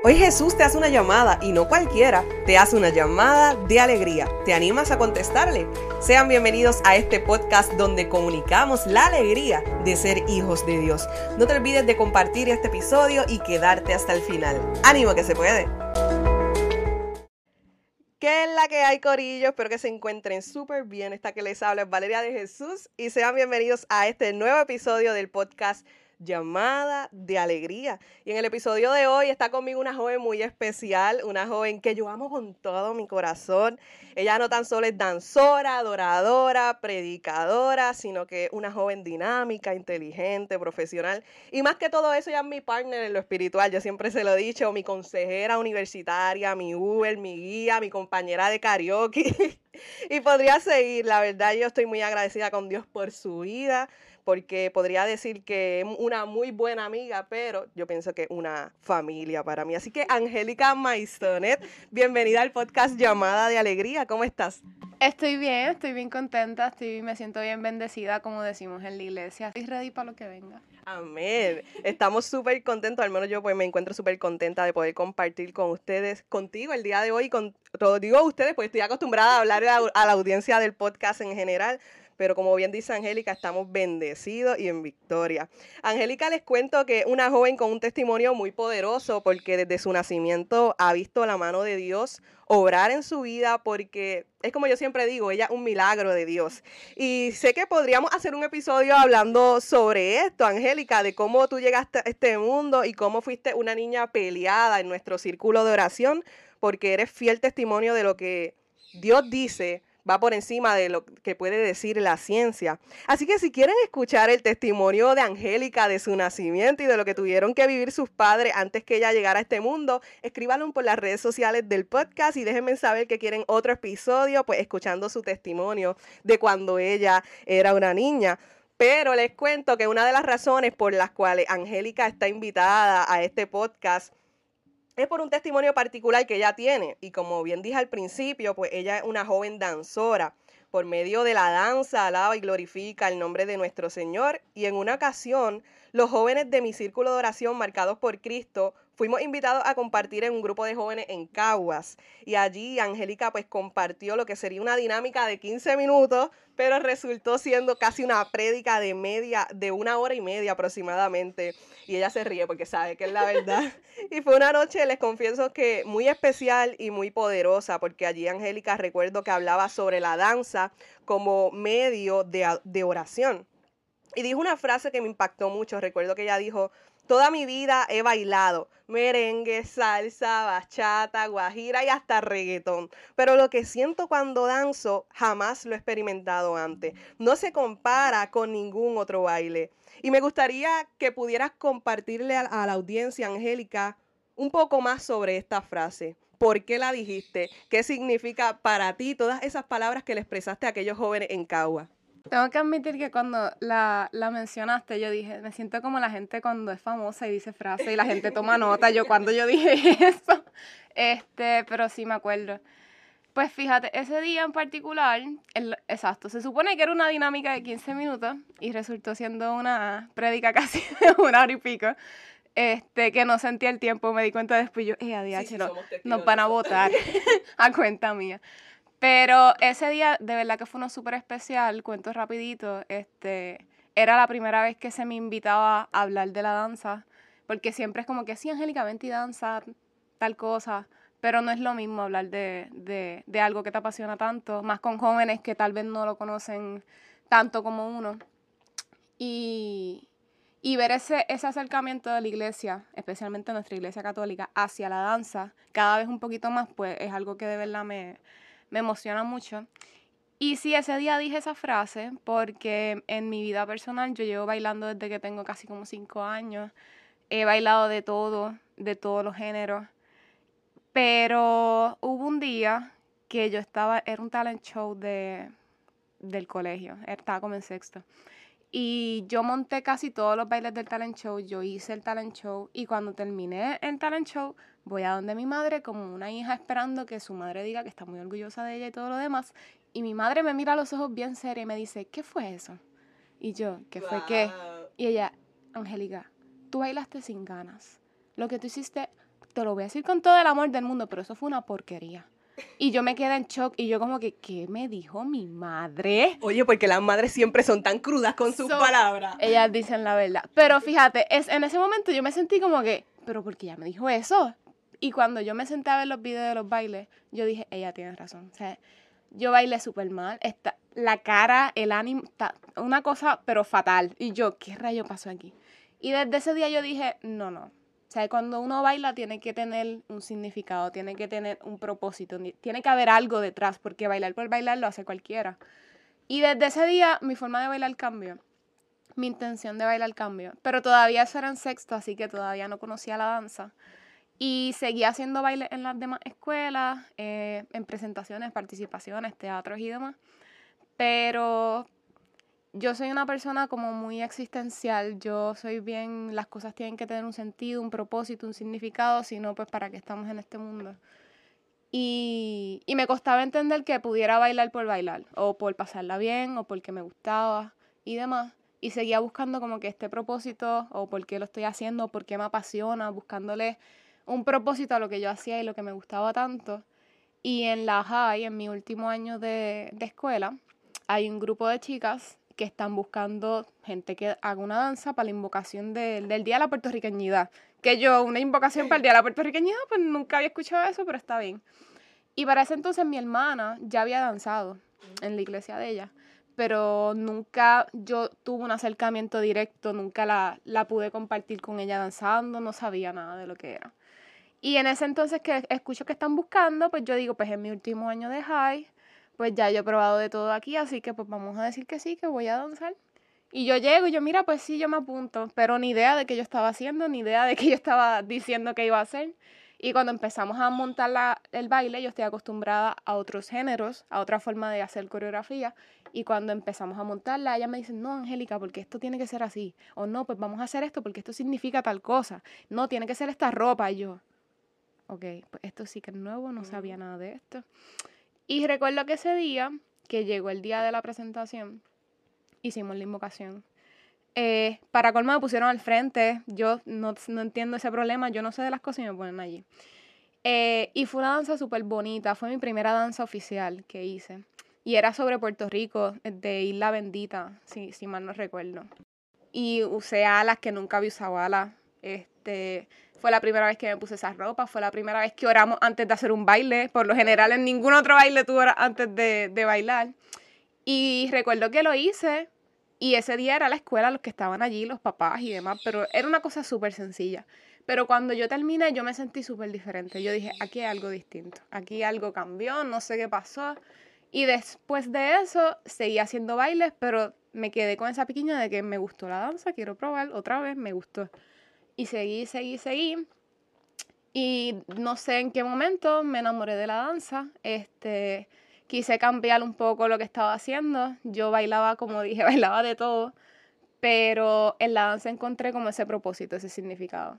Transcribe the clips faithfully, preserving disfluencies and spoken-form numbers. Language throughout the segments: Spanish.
Hoy Jesús te hace una llamada y no cualquiera, te hace una llamada de alegría. ¿Te animas a contestarle? Sean bienvenidos a este podcast donde comunicamos la alegría de ser hijos de Dios. No te olvides de compartir este episodio y quedarte hasta el final. ¡Ánimo que se puede! ¿Qué es la que hay, corillo? Espero que se encuentren súper bien. Esta que les habla es Valeria de Jesús y sean bienvenidos a este nuevo episodio del podcast Llamada de Alegría. Y en el episodio de hoy está conmigo una joven muy especial, una joven que yo amo con todo mi corazón. Ella no tan solo es danzora, adoradora, predicadora, sino que es una joven dinámica, inteligente, profesional. Y más que todo eso, ella es mi partner en lo espiritual. Yo siempre se lo he dicho, mi consejera universitaria, mi Uber, mi guía, mi compañera de karaoke. Y podría seguir, la verdad, yo estoy muy agradecida con Dios por su vida, porque podría decir que es una muy buena amiga, pero yo pienso que es una familia para mí. Así que, Angélica Maisonet, bienvenida al podcast Llamada de Alegría. ¿Cómo estás? Estoy bien, estoy bien contenta, estoy, me siento bien bendecida, como decimos en la iglesia. Estoy ready para lo que venga. Amén. Estamos súper contentos, al menos yo pues me encuentro súper contenta de poder compartir con ustedes, contigo el día de hoy, con todo digo ustedes, pues estoy acostumbrada a hablar a, a la audiencia del podcast en general. Pero como bien dice Angélica, estamos bendecidos y en victoria. Angélica, les cuento que es una joven con un testimonio muy poderoso porque desde su nacimiento ha visto la mano de Dios obrar en su vida, porque es como yo siempre digo, ella es un milagro de Dios. Y sé que podríamos hacer un episodio hablando sobre esto, Angélica, de cómo tú llegaste a este mundo y cómo fuiste una niña peleada en nuestro círculo de oración, porque eres fiel testimonio de lo que Dios dice va por encima de lo que puede decir la ciencia. Así que si quieren escuchar el testimonio de Angélica, de su nacimiento y de lo que tuvieron que vivir sus padres antes que ella llegara a este mundo, escríbanlo por las redes sociales del podcast y déjenme saber que quieren otro episodio, pues escuchando su testimonio de cuando ella era una niña. Pero les cuento que una de las razones por las cuales Angélica está invitada a este podcast es por un testimonio particular que ella tiene. Y como bien dije al principio, pues ella es una joven danzora. Por medio de la danza, alaba y glorifica el nombre de nuestro Señor. Y en una ocasión, los jóvenes de mi círculo de oración marcados por Cristo fuimos invitados a compartir en un grupo de jóvenes en Caguas. Y allí Angélica pues compartió lo que sería una dinámica de quince minutos, pero resultó siendo casi una prédica de media, de una hora y media aproximadamente. Y ella se ríe porque sabe que es la verdad. Y fue una noche, les confieso que muy especial y muy poderosa, porque allí Angélica recuerdo que hablaba sobre la danza como medio de, de oración. Y dijo una frase que me impactó mucho. Recuerdo que ella dijo: toda mi vida he bailado merengue, salsa, bachata, guajira y hasta reggaetón. Pero lo que siento cuando danzo jamás lo he experimentado antes. No se compara con ningún otro baile. Y me gustaría que pudieras compartirle a, a la audiencia, Angélica, un poco más sobre esta frase. ¿Por qué la dijiste? ¿Qué significa para ti todas esas palabras que le expresaste a aquellos jóvenes en Cagua? Tengo que admitir que cuando la, la mencionaste, yo dije, me siento como la gente cuando es famosa y dice frase y la gente toma nota. Yo cuando yo dije eso, este, pero sí me acuerdo. Pues fíjate, ese día en particular, el, exacto, se supone que era una dinámica de quince minutos y resultó siendo una prédica casi de una hora y pico. Este, que no sentía el tiempo, me di cuenta después, yo, eh, A D H, sí, sí, no, nos van a votar a cuenta mía. Pero ese día, de verdad que fue uno súper especial, cuento rapidito, este, era la primera vez que se me invitaba a hablar de la danza, porque siempre es como que, sí, Angélica, vente y danza, tal cosa, pero no es lo mismo hablar de, de, de algo que te apasiona tanto, más con jóvenes que tal vez no lo conocen tanto como uno. Y... Y ver ese, ese acercamiento de la iglesia, especialmente nuestra iglesia católica, hacia la danza, cada vez un poquito más, pues es algo que de verdad me, me emociona mucho. Y sí, ese día dije esa frase porque en mi vida personal yo llevo bailando desde que tengo casi como cinco años. He bailado de todo, de todos los géneros. Pero hubo un día que yo estaba, era un talent show de, del colegio, estaba como en sexto. Y yo monté casi todos los bailes del talent show, yo hice el talent show y cuando terminé el talent show voy a donde mi madre como una hija esperando que su madre diga que está muy orgullosa de ella y todo lo demás. Y mi madre me mira a los ojos bien seria y me dice, ¿qué fue eso? Y yo, ¿qué fue wow. qué? Y ella, Angélica, tú bailaste sin ganas. Lo que tú hiciste te lo voy a decir con todo el amor del mundo, pero eso fue una porquería. Y yo me quedé en shock y yo como que, ¿qué me dijo mi madre? Oye, porque las madres siempre son tan crudas con sus So, palabras. Ellas dicen la verdad. Pero fíjate, es, en ese momento yo me sentí como que, ¿pero por qué ella me dijo eso? Y cuando yo me senté a ver los videos de los bailes, yo dije, ella tiene razón. O sea, yo bailé súper mal. Esta, la cara, el ánimo, ta, una cosa, pero fatal. Y yo, ¿qué rayo pasó aquí? Y desde ese día yo dije, no, no. O sea, cuando uno baila tiene que tener un significado, tiene que tener un propósito, tiene que haber algo detrás, porque bailar por bailar lo hace cualquiera. Y desde ese día mi forma de bailar cambió, mi intención de bailar cambió. Pero todavía eso era en sexto, así que todavía no conocía la danza. Y seguía haciendo baile en las demás escuelas, eh, en presentaciones, participaciones, teatros y demás. Pero yo soy una persona como muy existencial, yo soy bien, las cosas tienen que tener un sentido, un propósito, un significado, si no, pues para qué estamos en este mundo. Y, y me costaba entender que pudiera bailar por bailar, o por pasarla bien, o porque me gustaba y demás. Y seguía buscando como que este propósito, o por qué lo estoy haciendo, o por qué me apasiona, buscándole un propósito a lo que yo hacía y lo que me gustaba tanto. Y en la high, en mi último año de, de escuela, hay un grupo de chicas que están buscando gente que haga una danza para la invocación de, del Día de la Puertorriqueñidad. Que yo, una invocación para el Día de la Puertorriqueñidad, pues nunca había escuchado eso, pero está bien. Y para ese entonces mi hermana ya había danzado en la iglesia de ella, pero nunca yo tuve un acercamiento directo, nunca la, la pude compartir con ella danzando, no sabía nada de lo que era. Y en ese entonces que escucho que están buscando, pues yo digo, pues en mi último año de high, pues ya yo he probado de todo aquí, así que pues vamos a decir que sí, que voy a danzar. Y yo llego y yo, mira, pues sí, yo me apunto, pero ni idea de qué yo estaba haciendo, ni idea de qué yo estaba diciendo que iba a hacer. Y cuando empezamos a montar la, el baile, yo estoy acostumbrada a otros géneros, a otra forma de hacer coreografía. Y cuando empezamos a montarla, ella me dice, no, Angélica, porque esto tiene que ser así. O no, pues vamos a hacer esto porque esto significa tal cosa. No, tiene que ser esta ropa. Y yo, ok, pues esto sí que es nuevo, no sabía nada de esto. Y recuerdo que ese día, que llegó el día de la presentación, hicimos la invocación. Eh, para colmo me pusieron al frente, yo no, no entiendo ese problema, yo no sé de las cosas y me ponen allí. Eh, y fue una danza súper bonita, fue mi primera danza oficial que hice. Y era sobre Puerto Rico, de Isla Bendita, si, si mal no recuerdo. Y usé alas que nunca había usado alas. Este, fue la primera vez que me puse esa ropa, fue la primera vez que oramos antes de hacer un baile. Por lo general en ningún otro baile tú oras antes de, de bailar. Y recuerdo que lo hice y ese día era la escuela, los que estaban allí, los papás y demás, pero era una cosa súper sencilla. Pero cuando yo terminé yo me sentí súper diferente. Yo dije, aquí hay algo distinto, aquí algo cambió, no sé qué pasó. Y después de eso seguí haciendo bailes, pero me quedé con esa piquiña de que me gustó la danza, quiero probar otra vez, me gustó. Y seguí, seguí, seguí. Y no sé en qué momento me enamoré de la danza. Este, quise cambiar un poco lo que estaba haciendo. Yo bailaba, como dije, bailaba de todo. Pero en la danza encontré como ese propósito, ese significado.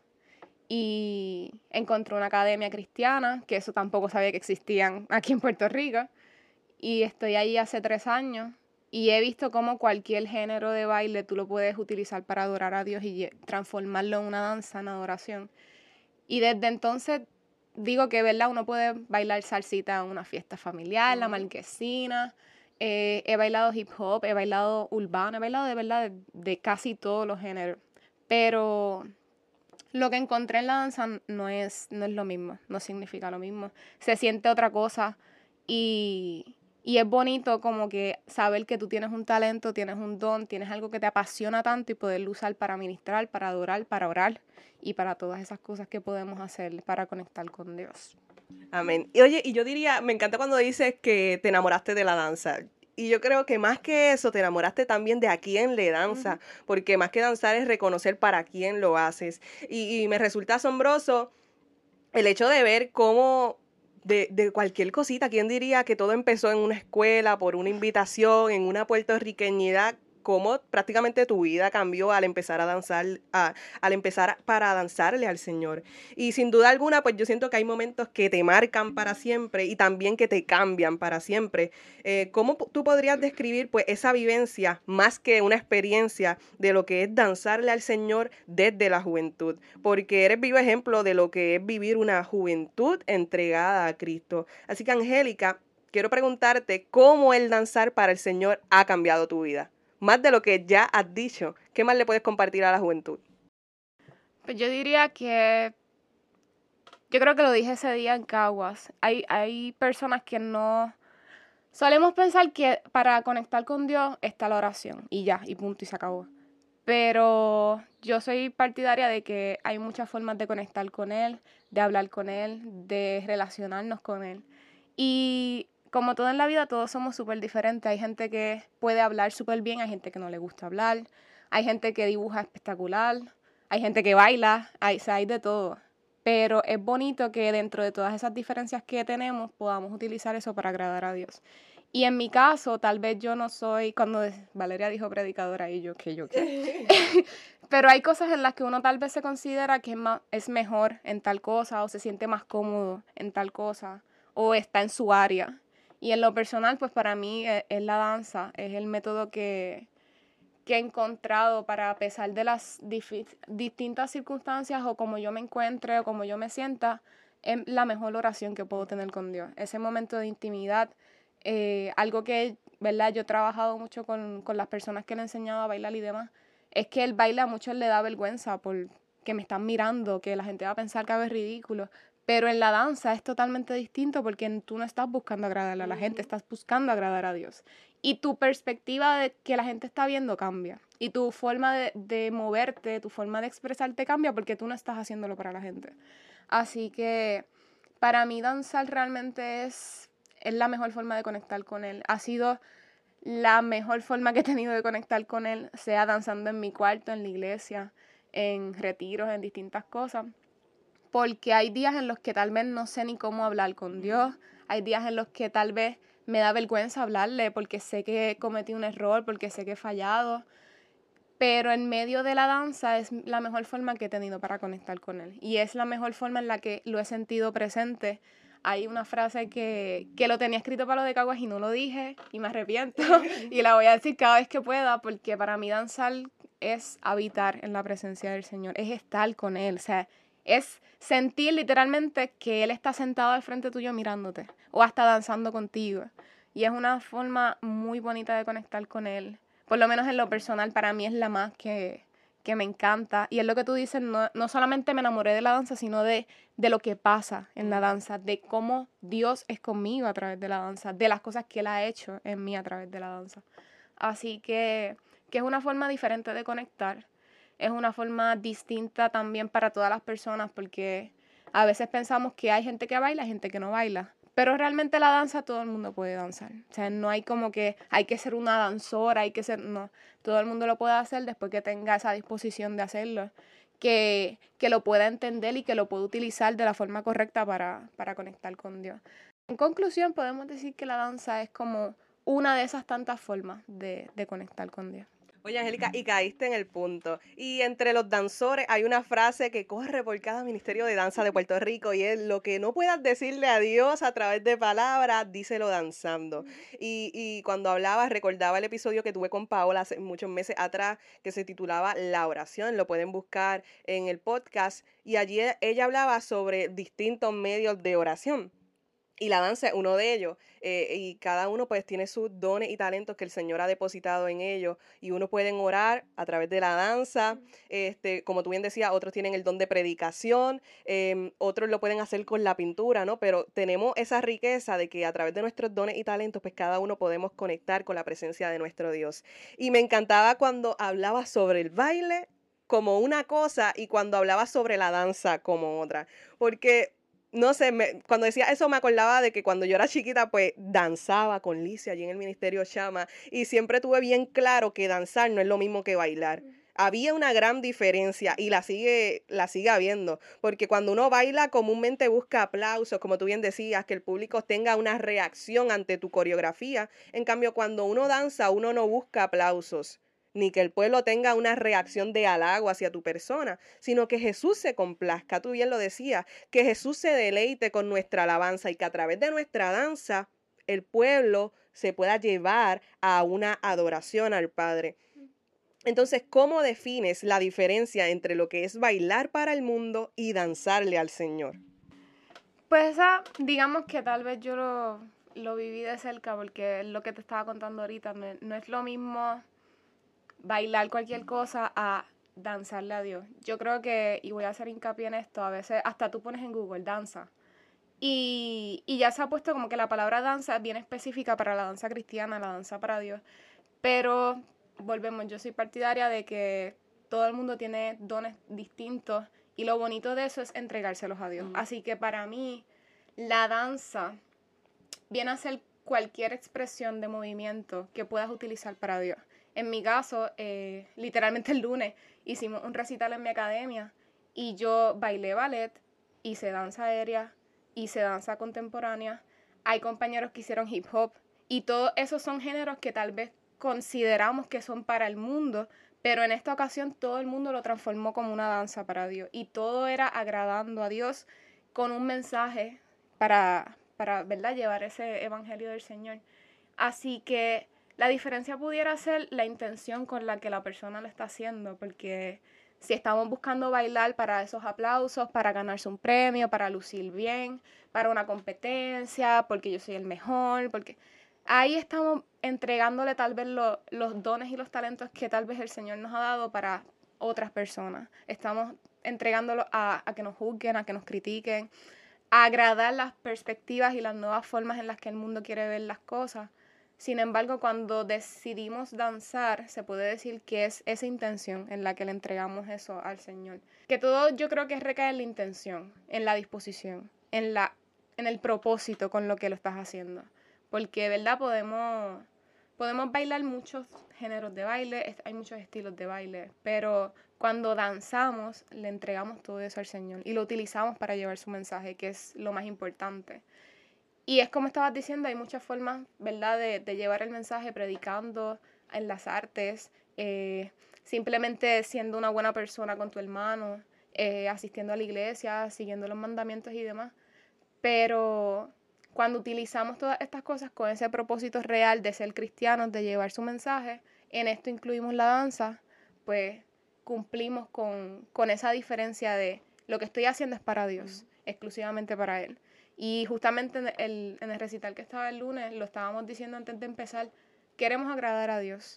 Y encontré una academia cristiana, que eso tampoco sabía que existían aquí en Puerto Rico. Y estoy ahí hace tres años. Y he visto cómo cualquier género de baile tú lo puedes utilizar para adorar a Dios y transformarlo en una danza, en adoración. Y desde entonces digo que, ¿verdad? Uno puede bailar salsita en una fiesta familiar, uh-huh. La marquesina. Eh, he bailado hip hop, he bailado urbano, he bailado de verdad de, de casi todos los géneros. Pero lo que encontré en la danza no es, no es lo mismo, no significa lo mismo. Se siente otra cosa y... Y es bonito como que saber que tú tienes un talento, tienes un don, tienes algo que te apasiona tanto y poderlo usar para ministrar, para adorar, para orar y para todas esas cosas que podemos hacer para conectar con Dios. Amén. Y oye, y yo diría, me encanta cuando dices que te enamoraste de la danza. Y yo creo que más que eso, te enamoraste también de a quién le danza, uh-huh. Porque más que danzar es reconocer para quién lo haces. Y, y me resulta asombroso el hecho de ver cómo... De, de cualquier cosita, ¿quién diría que todo empezó en una escuela, por una invitación, en una puertorriqueñidad? cómo prácticamente tu vida cambió al empezar a danzar, a, al empezar para danzarle al Señor. Y sin duda alguna, pues yo siento que hay momentos que te marcan para siempre y también que te cambian para siempre. Eh, ¿cómo tú podrías describir pues esa vivencia más que una experiencia de lo que es danzarle al Señor desde la juventud? Porque eres vivo ejemplo de lo que es vivir una juventud entregada a Cristo. Así que, Angélica, quiero preguntarte cómo el danzar para el Señor ha cambiado tu vida. Más de lo que ya has dicho, ¿qué más le puedes compartir a la juventud? Pues yo diría que, yo creo que lo dije ese día en Caguas, hay, hay personas que no, solemos pensar que para conectar con Dios está la oración y ya, y punto, y se acabó. Pero yo soy partidaria de que hay muchas formas de conectar con Él, de hablar con Él, de relacionarnos con Él. Y como todo en la vida, todos somos súper diferentes. Hay gente que puede hablar súper bien, hay gente que no le gusta hablar, hay gente que dibuja espectacular, hay gente que baila, hay, o sea, hay de todo. Pero es bonito que dentro de todas esas diferencias que tenemos podamos utilizar eso para agradar a Dios. Y en mi caso, tal vez yo no soy, cuando Valeria dijo predicadora y yo, que yo qué. Pero hay cosas en las que uno tal vez se considera que es, más, es mejor en tal cosa o se siente más cómodo en tal cosa o está en su área. Y en lo personal, pues para mí es, es la danza, es el método que, que he encontrado para, a pesar de las dif- distintas circunstancias o como yo me encuentre o como yo me sienta, es la mejor oración que puedo tener con Dios. Ese momento de intimidad, eh, algo que, ¿verdad? Yo he trabajado mucho con, con las personas que le he enseñado a bailar y demás, es que el baile a muchos le da vergüenza por que me están mirando, que la gente va a pensar que hago es ridículo. Pero en la danza es totalmente distinto porque tú no estás buscando agradarle a la gente, estás buscando agradar a Dios. Y tu perspectiva de que la gente está viendo cambia. Y tu forma de, de moverte, tu forma de expresarte cambia porque tú no estás haciéndolo para la gente. Así que para mí danzar realmente es, es la mejor forma de conectar con Él. Ha sido la mejor forma que he tenido de conectar con Él, sea danzando en mi cuarto, en la iglesia, en retiros, en distintas cosas. Porque hay días en los que tal vez no sé ni cómo hablar con Dios, hay días en los que tal vez me da vergüenza hablarle porque sé que cometí un error, porque sé que he fallado, pero en medio de la danza es la mejor forma que he tenido para conectar con Él y es la mejor forma en la que lo he sentido presente. Hay una frase que, que lo tenía escrito para lo de Caguas y no lo dije y me arrepiento y la voy a decir cada vez que pueda porque para mí danzar es habitar en la presencia del Señor, es estar con Él, o sea, es sentir literalmente que Él está sentado al frente tuyo mirándote o hasta danzando contigo. Y es una forma muy bonita de conectar con Él. Por lo menos en lo personal, para mí es la más que, que me encanta. Y es lo que tú dices, no, no solamente me enamoré de la danza, sino de, de lo que pasa en la danza, de cómo Dios es conmigo a través de la danza, de las cosas que Él ha hecho en mí a través de la danza. Así que, que es una forma diferente de conectar. Es una forma distinta también para todas las personas porque a veces pensamos que hay gente que baila y gente que no baila. Pero realmente la danza todo el mundo puede danzar. O sea, no hay como que hay que ser una danzora, hay que ser... No, todo el mundo lo puede hacer después que tenga esa disposición de hacerlo. Que, que lo pueda entender y que lo pueda utilizar de la forma correcta para, para conectar con Dios. En conclusión, podemos decir que la danza es como una de esas tantas formas de, de conectar con Dios. Oye, Angélica, y caíste en el punto. Y entre los danzores hay una frase que corre por cada ministerio de danza de Puerto Rico y es: lo que no puedas decirle a Dios a través de palabras, díselo danzando. Y, y cuando hablaba, recordaba el episodio que tuve con Paola hace muchos meses atrás que se titulaba La oración. Lo pueden buscar en el podcast. Y allí ella hablaba sobre distintos medios de oración. Y la danza es uno de ellos, eh, y cada uno pues tiene sus dones y talentos que el Señor ha depositado en ellos, y uno pueden orar a través de la danza, este, como tú bien decías, otros tienen el don de predicación, eh, otros lo pueden hacer con la pintura, ¿no? Pero tenemos esa riqueza de que a través de nuestros dones y talentos pues cada uno podemos conectar con la presencia de nuestro Dios. Y me encantaba cuando hablaba sobre el baile como una cosa y cuando hablaba sobre la danza como otra, porque no sé, me, cuando decía eso me acordaba de que cuando yo era chiquita, pues danzaba con Licia allí en el Ministerio Chama y siempre tuve bien claro que danzar no es lo mismo que bailar. Había una gran diferencia y la sigue, la sigue habiendo, porque cuando uno baila comúnmente busca aplausos, como tú bien decías, que el público tenga una reacción ante tu coreografía. En cambio, cuando uno danza, uno no busca aplausos. ni que el pueblo tenga una reacción de halago hacia tu persona, sino que Jesús se complazca. Tú bien lo decías, que Jesús se deleite con nuestra alabanza y que a través de nuestra danza el pueblo se pueda llevar a una adoración al Padre. Entonces, ¿cómo defines la diferencia entre lo que es bailar para el mundo y danzarle al Señor? Pues esa, digamos que tal vez yo lo, lo viví de cerca, porque es lo que te estaba contando ahorita, no, no es lo mismo bailar cualquier cosa a danzarle a Dios. Yo creo que, y voy a hacer hincapié en esto, a veces hasta tú pones en Google danza, y, y ya se ha puesto como que la palabra danza es bien específica para la danza cristiana, la danza para Dios, pero volvemos, yo soy partidaria de que todo el mundo tiene dones distintos y lo bonito de eso es entregárselos a Dios. Mm. Así que para mí, la danza viene a ser cualquier expresión de movimiento que puedas utilizar para Dios. En mi caso, eh, literalmente el lunes hicimos un recital en mi academia y yo bailé ballet, hice danza aérea, hice danza contemporánea. Hay compañeros que hicieron hip hop y todos esos son géneros que tal vez consideramos que son para el mundo, pero en esta ocasión todo el mundo lo transformó como una danza para Dios y todo era agradando a Dios con un mensaje para, para ¿verdad?, llevar ese evangelio del Señor. Así que la diferencia pudiera ser la intención con la que la persona lo está haciendo, porque si estamos buscando bailar para esos aplausos, para ganarse un premio, para lucir bien, para una competencia, porque yo soy el mejor, porque ahí estamos entregándole tal vez lo, los dones y los talentos que tal vez el Señor nos ha dado para otras personas. Estamos entregándolo a, a que nos juzguen, a que nos critiquen, a agradar las perspectivas y las nuevas formas en las que el mundo quiere ver las cosas. Sin embargo, cuando decidimos danzar, se puede decir que es esa intención en la que le entregamos eso al Señor. Que todo yo creo que recae en la intención, en la disposición, en, la, en el propósito con lo que lo estás haciendo. Porque, ¿verdad? Podemos, podemos bailar muchos géneros de baile, hay muchos estilos de baile, pero cuando danzamos, le entregamos todo eso al Señor y lo utilizamos para llevar su mensaje, que es lo más importante. Y es como estabas diciendo, hay muchas formas, ¿verdad?, de, de llevar el mensaje, predicando en las artes, eh, simplemente siendo una buena persona con tu hermano, eh, asistiendo a la iglesia, siguiendo los mandamientos y demás. Pero cuando utilizamos todas estas cosas con ese propósito real de ser cristianos, de llevar su mensaje, en esto incluimos la danza, pues cumplimos con, con esa diferencia de lo que estoy haciendo es para Dios, mm. exclusivamente para Él. Y justamente en el, en el recital que estaba el lunes, lo estábamos diciendo antes de empezar, queremos agradar a Dios.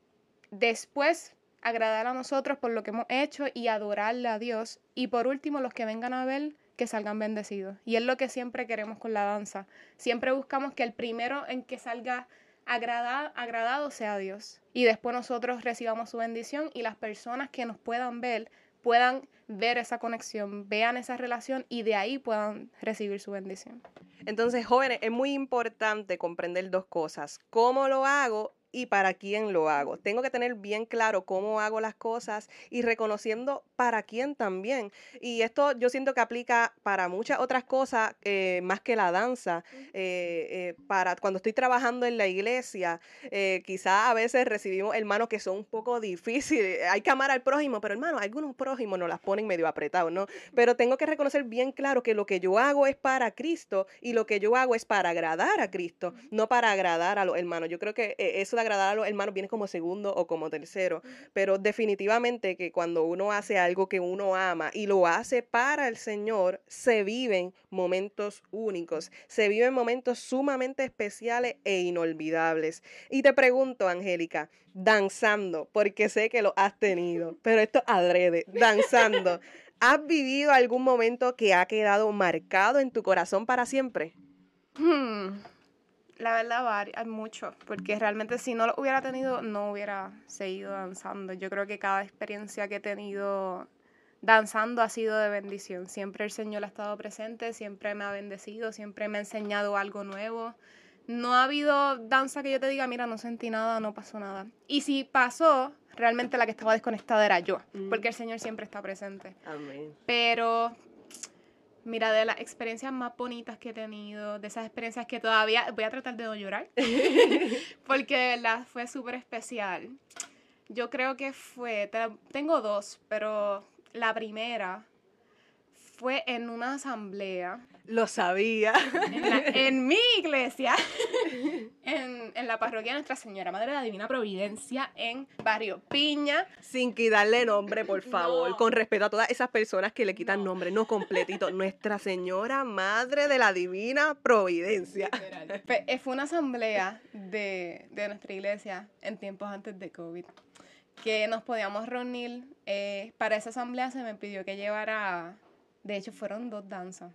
Después, agradar a nosotros por lo que hemos hecho y adorarle a Dios. Y por último, los que vengan a ver, que salgan bendecidos. Y es lo que siempre queremos con la danza. Siempre buscamos que el primero en que salga agrada, agradado sea Dios. Y después nosotros recibamos su bendición y las personas que nos puedan ver puedan ver esa conexión, vean esa relación y de ahí puedan recibir su bendición. Entonces, jóvenes, es muy importante comprender dos cosas: cómo lo hago y para quién lo hago. Tengo que tener bien claro cómo hago las cosas y reconociendo para quién también. Y esto yo siento que aplica para muchas otras cosas, eh, más que la danza. Eh, eh, para cuando estoy trabajando en la iglesia, eh, quizás a veces recibimos hermanos que son un poco difíciles. Hay que amar al prójimo, pero hermano, algunos prójimos nos las ponen medio apretados, ¿no? Pero tengo que reconocer bien claro que lo que yo hago es para Cristo y lo que yo hago es para agradar a Cristo, no para agradar a los hermanos. Yo creo que eh, eso de agradar a los hermanos viene como segundo o como tercero, pero definitivamente que cuando uno hace algo que uno ama y lo hace para el Señor, se viven momentos únicos, se viven momentos sumamente especiales e inolvidables. Y te pregunto, Angélica, danzando, porque sé que lo has tenido, pero esto adrede, danzando, ¿has vivido algún momento que ha quedado marcado en tu corazón para siempre? Hmm. La verdad, hay mucho, porque realmente si no lo hubiera tenido, no hubiera seguido danzando. Yo creo que cada experiencia que he tenido danzando ha sido de bendición. Siempre el Señor ha estado presente, siempre me ha bendecido, siempre me ha enseñado algo nuevo. No ha habido danza que yo te diga, mira, no sentí nada, no pasó nada. Y si pasó, realmente la que estaba desconectada era yo, mm. porque el Señor siempre está presente. Amén. Pero mira, de las experiencias más bonitas que he tenido, de esas experiencias que todavía voy a tratar de no llorar, porque de verdad fue súper especial. Yo creo que fue, te- tengo dos, pero la primera fue en una asamblea. Lo sabía. En, la- en mi iglesia, en, en la parroquia Nuestra Señora Madre de la Divina Providencia, en Barrio Piña. Sin quitarle nombre, por favor. No. Con respeto a todas esas personas que le quitan No. nombre, no completito. Nuestra Señora Madre de la Divina Providencia. Literal. Fe- eh, Fue una asamblea de, de nuestra iglesia en tiempos antes de COVID, que nos podíamos reunir. Eh, para esa asamblea se me pidió que llevara, de hecho fueron dos danzas.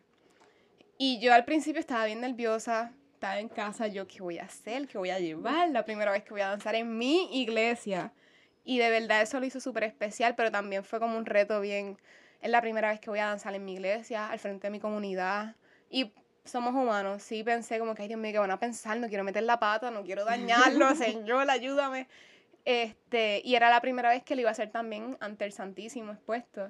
Y yo al principio estaba bien nerviosa, estaba en casa, yo, ¿qué voy a hacer? ¿Qué voy a llevar? La primera vez que voy a danzar en mi iglesia. Y de verdad eso lo hizo súper especial, pero también fue como un reto bien. Es la primera vez que voy a danzar en mi iglesia, al frente de mi comunidad. Y somos humanos, sí pensé como que, ay Dios mío, ¿qué van a pensar? No quiero meter la pata, no quiero dañarlo, Señor, ayúdame. Este, y era la primera vez que lo iba a hacer también ante el Santísimo expuesto.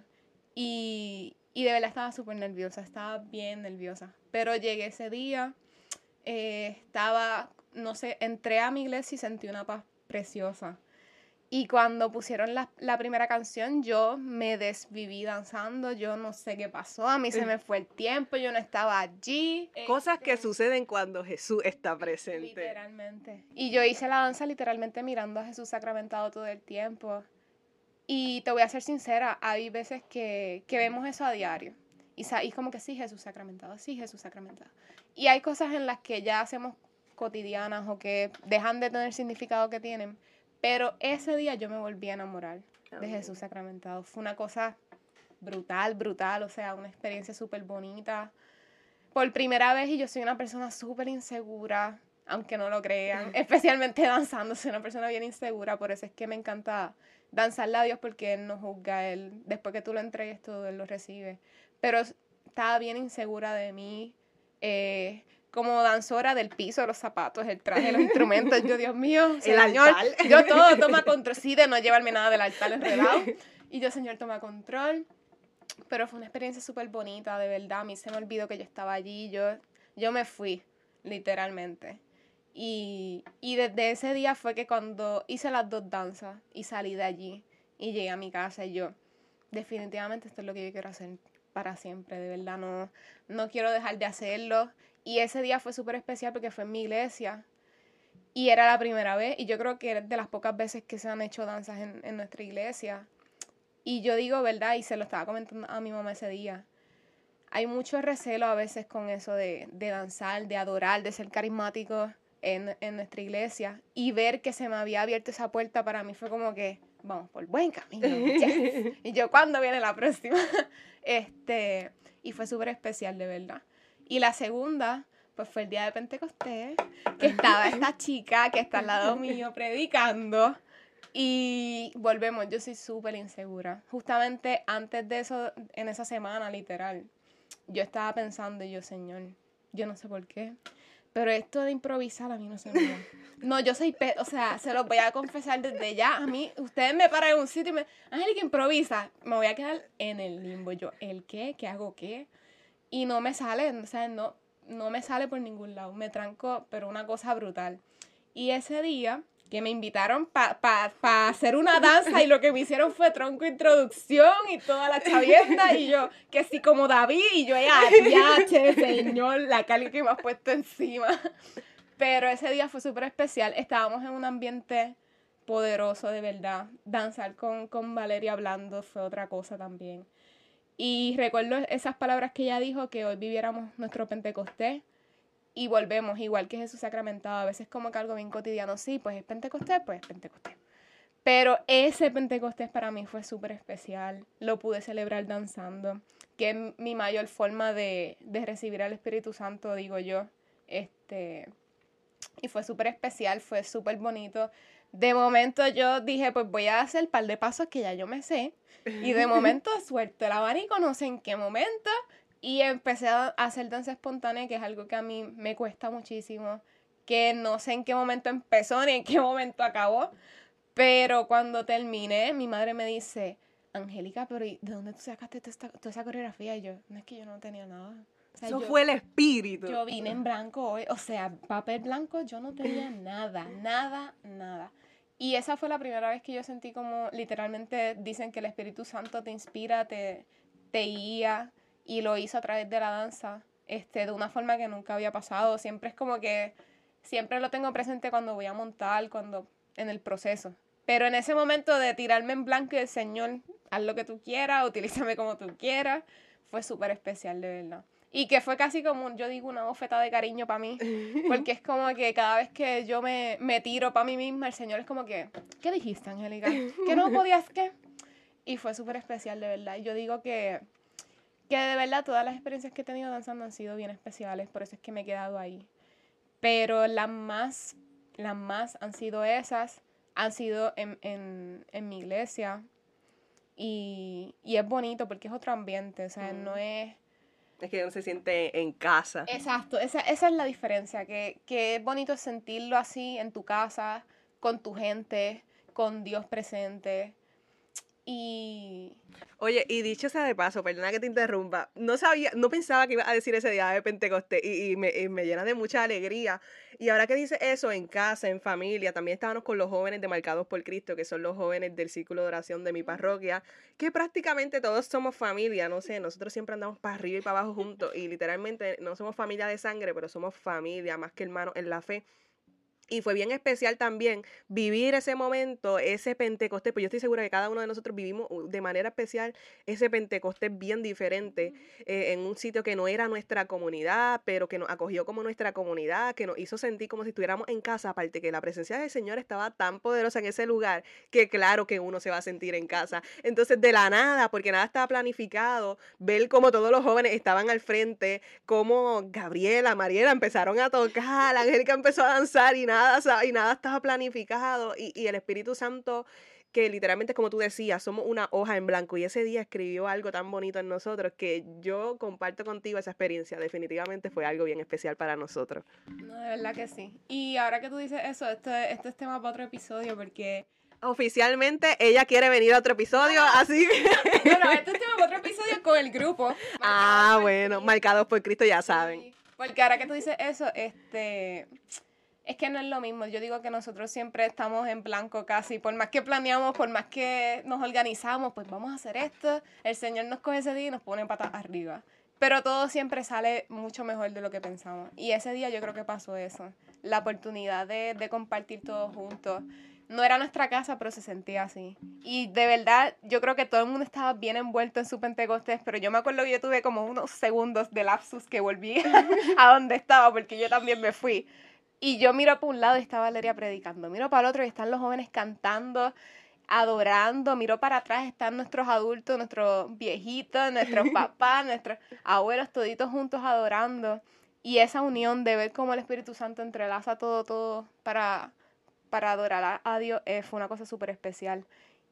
Y, y de verdad estaba súper nerviosa, estaba bien nerviosa. Pero llegué ese día, eh, estaba, no sé, entré a mi iglesia y sentí una paz preciosa. Y cuando pusieron la, la primera canción, yo me desviví danzando, yo no sé qué pasó, a mí se me fue el tiempo, yo no estaba allí. Cosas que Este, suceden cuando Jesús está presente. Literalmente. Y yo hice la danza literalmente mirando a Jesús sacramentado todo el tiempo. Y te voy a ser sincera, hay veces que, que vemos eso a diario. Y, sa- y como que sí, Jesús sacramentado, sí, Jesús sacramentado. Y hay cosas en las que ya hacemos cotidianas o que dejan de tener significado que tienen. Pero ese día yo me volví a enamorar de Amén. Jesús sacramentado. Fue una cosa brutal, brutal, o sea, una experiencia súper bonita. Por primera vez, y yo soy una persona súper insegura, aunque no lo crean, especialmente danzando, soy una persona bien insegura, por eso es que me encanta danzarle a Dios, porque Él no juzga, Él, después que tú lo entregues todo, Él lo recibe. Pero estaba bien insegura de mí, eh, como danzora del piso, de los zapatos, el traje, los instrumentos, yo, Dios mío, El Señor, altar. yo todo toma control, sí, de no llevarme nada del altar enredado, y yo, Señor, toma control. Pero fue una experiencia súper bonita, de verdad. A mí se me olvidó que yo estaba allí. Yo, yo me fui, literalmente. Y, y desde ese día fue que cuando hice las dos danzas y salí de allí y llegué a mi casa y yo, definitivamente esto es lo que yo quiero hacer para siempre, de verdad. No, no quiero dejar de hacerlo. Y ese día fue súper especial porque fue en mi iglesia. Y era la primera vez. Y yo creo que es de las pocas veces que se han hecho danzas en, en nuestra iglesia. Y yo digo, ¿verdad? Y se lo estaba comentando a mi mamá ese día. Hay mucho recelo a veces con eso de, de danzar, de adorar, de ser carismático en, en nuestra iglesia. Y ver que se me había abierto esa puerta para mí fue como que, vamos por buen camino. Yes. Y yo, ¿cuándo viene la próxima? este, y fue súper especial, de verdad. Y la segunda, pues fue el día de Pentecostés, que estaba esta chica que está al lado mío predicando. Y volvemos, yo soy súper insegura. Justamente antes de eso, en esa semana, literal, yo estaba pensando, y yo, Señor, yo no sé por qué, pero esto de improvisar a mí no se me da. No, yo soy, pe o sea, se los voy a confesar desde ya. A mí, ustedes me paran en un sitio y me, Angélica, improvisa. Me voy a quedar en el limbo. Yo, ¿el qué? ¿Qué hago qué? Y no me sale, o sea, no, no me sale por ningún lado. Me tranco, pero una cosa brutal. Y ese día que me invitaron para pa, pa hacer una danza y lo que me hicieron fue tronco introducción y toda la chavienda y yo, que sí como David y yo, ya, ya, che, señor, la cali que me has puesto encima. Pero ese día fue súper especial, estábamos en un ambiente poderoso, de verdad. Danzar con, con Valeria hablando fue otra cosa también. Y recuerdo esas palabras que ella dijo, que hoy viviéramos nuestro Pentecostés. Y volvemos, igual que Jesús sacramentado, a veces como que algo bien cotidiano, sí, pues es Pentecostés, pues es Pentecostés. Pero ese Pentecostés para mí fue súper especial, lo pude celebrar danzando, que es mi mayor forma de, de recibir al Espíritu Santo, digo yo, este, y fue súper especial, fue súper bonito. De momento yo dije, pues voy a hacer el par de pasos que ya yo me sé, y de momento suelto el abanico, no sé en qué momento. Y empecé a hacer danza espontánea, que es algo que a mí me cuesta muchísimo, que no sé en qué momento empezó ni en qué momento acabó, pero cuando terminé, mi madre me dice, Angélica, pero ¿de dónde tú sacaste toda, esta, toda esa coreografía? Y yo, no es que yo no tenía nada. O sea, Eso yo, fue el espíritu. Yo vine en blanco hoy, o sea, papel blanco, yo no tenía nada, nada, nada. Y esa fue la primera vez que yo sentí como, literalmente dicen que el Espíritu Santo te inspira, te, te guía, y lo hizo a través de la danza, este, de una forma que nunca había pasado. Siempre es como que, siempre lo tengo presente cuando voy a montar, cuando, en el proceso. Pero en ese momento de tirarme en blanco y el Señor, haz lo que tú quieras, utilízame como tú quieras, fue súper especial, de verdad. Y que fue casi como, yo digo, una bofetada de cariño para mí. Porque es como que cada vez que yo me, me tiro para mí misma, el Señor es como que, ¿qué dijiste, Angélica? ¿Que no podías qué? Y fue súper especial, de verdad. Y yo digo que, que de verdad todas las experiencias que he tenido danzando han sido bien especiales. Por eso es que me he quedado ahí. Pero las más, las más han sido esas. Han sido en, en, en mi iglesia. Y, y es bonito porque es otro ambiente. O sea, mm. no es... Es que uno se siente en casa. Exacto, esa, esa es la diferencia, que, que es bonito sentirlo así en tu casa, con tu gente, con Dios presente. Y... Oye, y dicho sea de paso, perdona que te interrumpa, no sabía, no pensaba que iba a decir ese día de Pentecostés y, y, me, y me llena de mucha alegría. Y ahora que dice eso, en casa, en familia, también estábamos con los jóvenes de Marcados por Cristo, que son los jóvenes del círculo de oración de mi parroquia, que prácticamente todos somos familia, no sé, nosotros siempre andamos para arriba y para abajo juntos y literalmente no somos familia de sangre, pero somos familia, más que hermanos en la fe. Y fue bien especial también vivir ese momento, ese Pentecostés, pues yo estoy segura que cada uno de nosotros vivimos de manera especial ese Pentecostés bien diferente, eh, en un sitio que no era nuestra comunidad, pero que nos acogió como nuestra comunidad, que nos hizo sentir como si estuviéramos en casa, aparte que la presencia del Señor estaba tan poderosa en ese lugar, que claro que uno se va a sentir en casa. Entonces de la nada, porque nada estaba planificado, ver cómo todos los jóvenes estaban al frente, cómo Gabriela, Mariela empezaron a tocar, Angélica empezó a danzar y nada. Nada, y nada estaba planificado y, y el Espíritu Santo, que literalmente como tú decías, somos una hoja en blanco y ese día escribió algo tan bonito en nosotros que yo comparto contigo esa experiencia, definitivamente fue algo bien especial para nosotros. No, de verdad que sí. Y ahora que tú dices eso, esto, esto es tema para otro episodio porque... Oficialmente ella quiere venir a otro episodio, ah, así que... Bueno, esto es tema para otro episodio con el grupo. Ah, bueno, Marcados por Cristo, ya saben. Sí, porque ahora que tú dices eso, este... Es que no es lo mismo, yo digo que nosotros siempre estamos en blanco casi, por más que planeamos, por más que nos organizamos, pues vamos a hacer esto, el Señor nos coge ese día y nos pone patas arriba. Pero todo siempre sale mucho mejor de lo que pensamos. Y ese día yo creo que pasó eso, la oportunidad de, de compartir todos juntos. No era nuestra casa, pero se sentía así. Y de verdad, yo creo que todo el mundo estaba bien envuelto en su Pentecostés, pero yo me acuerdo que yo tuve como unos segundos de lapsus que volví a donde estaba, porque yo también me fui. Y yo miro para un lado y está Valeria predicando, miro para el otro y están los jóvenes cantando, adorando, miro para atrás, están nuestros adultos, nuestros viejitos, nuestros papás, nuestros abuelos, toditos juntos adorando. Y esa unión de ver cómo el Espíritu Santo entrelaza todo, todo para, para adorar a, a Dios, eh, fue una cosa súper especial.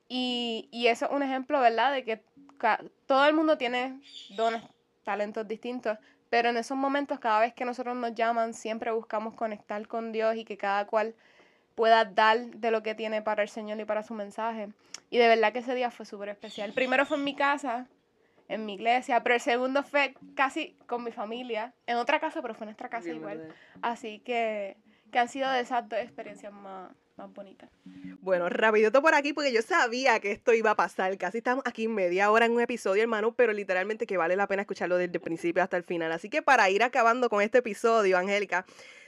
Y, y eso es un ejemplo, ¿verdad? De que ca- todo el mundo tiene dones, talentos distintos, pero en esos momentos, cada vez que nosotros nos llaman, siempre buscamos conectar con Dios y que cada cual pueda dar de lo que tiene para el Señor y para su mensaje. Y de verdad que ese día fue súper especial. El primero fue en mi casa, en mi iglesia, pero el segundo fue casi con mi familia, en otra casa, pero fue en nuestra casa igual. Así que, que han sido de esas dos experiencias más, más bonitas. Bueno, rapidito por aquí porque yo sabía que esto iba a pasar. Casi estamos aquí media hora en un episodio, hermano, pero literalmente que vale la pena escucharlo desde el principio hasta el final. Así que para ir acabando con este episodio, Angélica,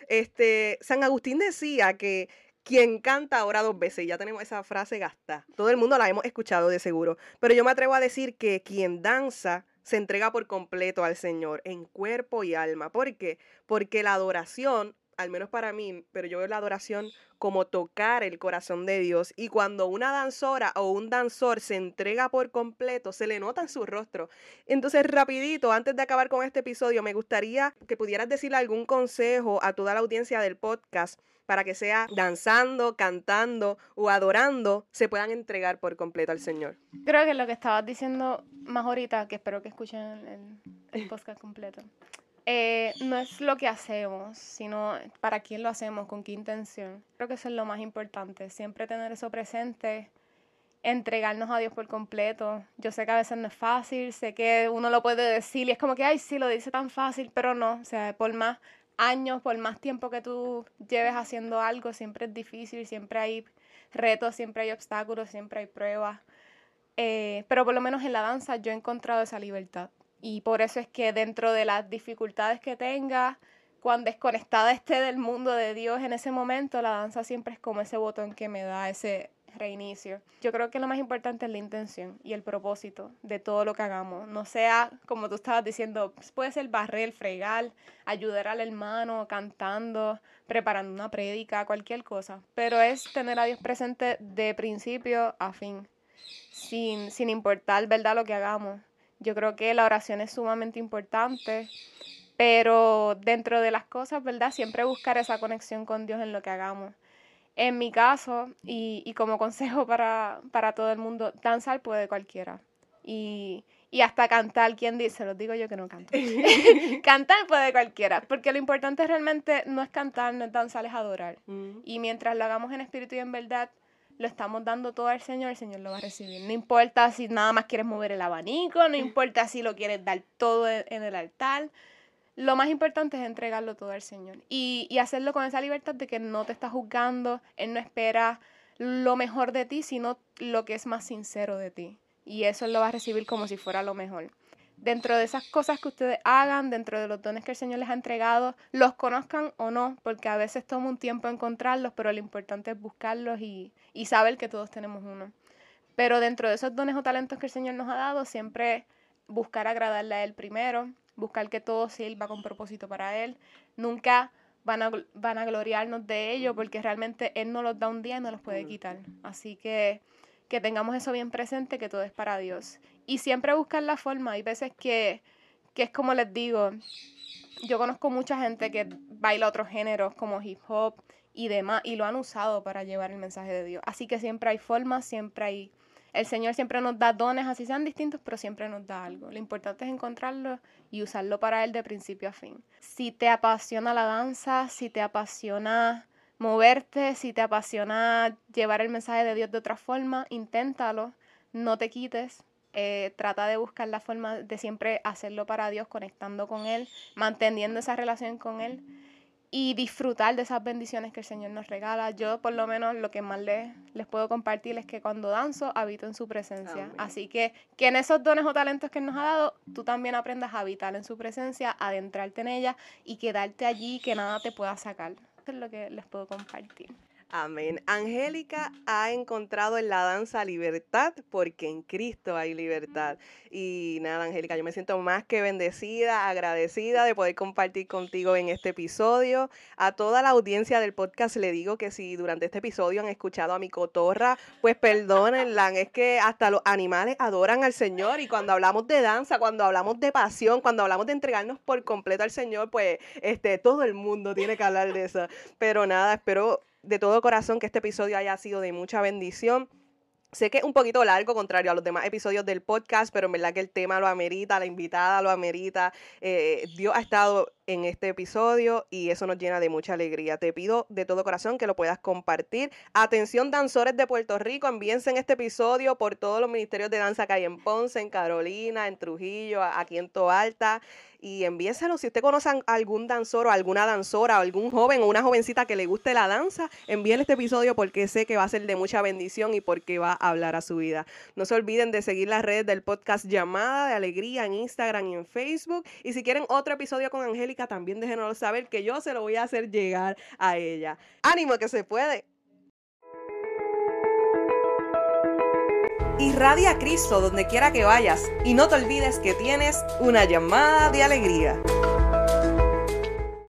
este, San Agustín decía que quien canta ora dos veces, y ya tenemos esa frase gastada. Todo el mundo la hemos escuchado de seguro, pero yo me atrevo a decir que quien danza se entrega por completo al Señor, en cuerpo y alma. ¿Por qué? Porque la adoración, al menos para mí, pero yo veo la adoración como tocar el corazón de Dios, y cuando una danzora o un danzor se entrega por completo, se le nota en su rostro. Entonces, rapidito, antes de acabar con este episodio, me gustaría que pudieras decirle algún consejo a toda la audiencia del podcast para que sea danzando, cantando o adorando, se puedan entregar por completo al Señor. Creo que lo que estabas diciendo más ahorita, que espero que escuchen el, el podcast completo, eh, no es lo que hacemos, sino para quién lo hacemos, con qué intención. Creo que eso es lo más importante, siempre tener eso presente, entregarnos a Dios por completo. Yo sé que a veces no es fácil, sé que uno lo puede decir y es como que, ay, sí, lo dice tan fácil, pero no, o sea, por más años, por más tiempo que tú lleves haciendo algo, siempre es difícil, siempre hay retos, siempre hay obstáculos, siempre hay pruebas. Eh, pero por lo menos en la danza yo he encontrado esa libertad. Y por eso es que dentro de las dificultades que tenga, cuando desconectada esté del mundo de Dios en ese momento, la danza siempre es como ese botón que me da ese reinicio. Yo creo que lo más importante es la intención y el propósito de todo lo que hagamos. No sea, como tú estabas diciendo, puede ser barrer, fregar, ayudar al hermano, cantando, preparando una prédica, cualquier cosa. Pero es tener a Dios presente de principio a fin, sin, sin importar, ¿verdad?, lo que hagamos. Yo creo que la oración es sumamente importante, pero dentro de las cosas, ¿verdad?, siempre buscar esa conexión con Dios en lo que hagamos. En mi caso, y, y como consejo para, para todo el mundo, danzar puede cualquiera. Y, y hasta cantar, ¿quién dice? Se los digo yo que no canto. Cantar puede cualquiera, porque lo importante realmente no es cantar, no es danzar, es adorar. Mm. Y mientras lo hagamos en espíritu y en verdad, lo estamos dando todo al Señor, el Señor lo va a recibir. No importa si nada más quieres mover el abanico, no importa si lo quieres dar todo en el altar. Lo más importante es entregarlo todo al Señor y, y hacerlo con esa libertad de que no te está juzgando, Él no espera lo mejor de ti, sino lo que es más sincero de ti. Y eso Él lo va a recibir como si fuera lo mejor. Dentro de esas cosas que ustedes hagan, dentro de los dones que el Señor les ha entregado, los conozcan o no, porque a veces toma un tiempo encontrarlos, pero lo importante es buscarlos y, y saber que todos tenemos uno. Pero dentro de esos dones o talentos que el Señor nos ha dado, siempre buscar agradarle a Él primero, buscar que todo sirva con propósito para Él. Nunca van a, van a gloriarnos de ello, porque realmente Él nos los da un día y no los puede quitar. Así que que tengamos eso bien presente, que todo es para Dios. Y siempre buscar la forma. Hay veces que, que es como les digo, yo conozco mucha gente que baila otros géneros como hip hop y demás, y lo han usado para llevar el mensaje de Dios. Así que siempre hay formas, siempre hay... El Señor siempre nos da dones, así sean distintos, pero siempre nos da algo. Lo importante es encontrarlo y usarlo para Él de principio a fin. Si te apasiona la danza, si te apasiona moverte, si te apasiona llevar el mensaje de Dios de otra forma, inténtalo, no te quites. Eh, trata de buscar la forma de siempre hacerlo para Dios, conectando con Él, manteniendo esa relación con Él y disfrutar de esas bendiciones que el Señor nos regala. Yo, por lo menos, lo que más les, les puedo compartir es que cuando danzo, habito en su presencia. Amén. Así que, que en esos dones o talentos que Él nos ha dado, tú también aprendas a habitar en su presencia, adentrarte en ella y quedarte allí, que nada te pueda sacar. Eso es lo que les puedo compartir. Amén. Angélica ha encontrado en la danza libertad, porque en Cristo hay libertad. Y nada, Angélica, yo me siento más que bendecida, agradecida de poder compartir contigo en este episodio. A toda la audiencia del podcast le digo que si durante este episodio han escuchado a mi cotorra, pues perdónenla, es que hasta los animales adoran al Señor, y cuando hablamos de danza, cuando hablamos de pasión, cuando hablamos de entregarnos por completo al Señor, pues este todo el mundo tiene que hablar de eso. Pero nada, espero de todo corazón que este episodio haya sido de mucha bendición. Sé que es un poquito largo, contrario a los demás episodios del podcast, pero en verdad que el tema lo amerita, la invitada lo amerita. Eh, Dios ha estado en este episodio y eso nos llena de mucha alegría. Te pido de todo corazón que lo puedas compartir. Atención, danzores de Puerto Rico, envíense en este episodio por todos los ministerios de danza que hay en Ponce, en Carolina, en Trujillo, aquí en Toalta. Y envíenselo. Si usted conoce a algún danzor o alguna danzora o algún joven o una jovencita que le guste la danza, envíenle este episodio porque sé que va a ser de mucha bendición y porque va a hablar a su vida. No se olviden de seguir las redes del podcast Llamada de Alegría en Instagram y en Facebook. Y si quieren otro episodio con Angélica, también déjenoslo saber que yo se lo voy a hacer llegar a ella. ¡Ánimo que se puede! Irradia a Cristo donde quiera que vayas y no te olvides que tienes una llamada de alegría.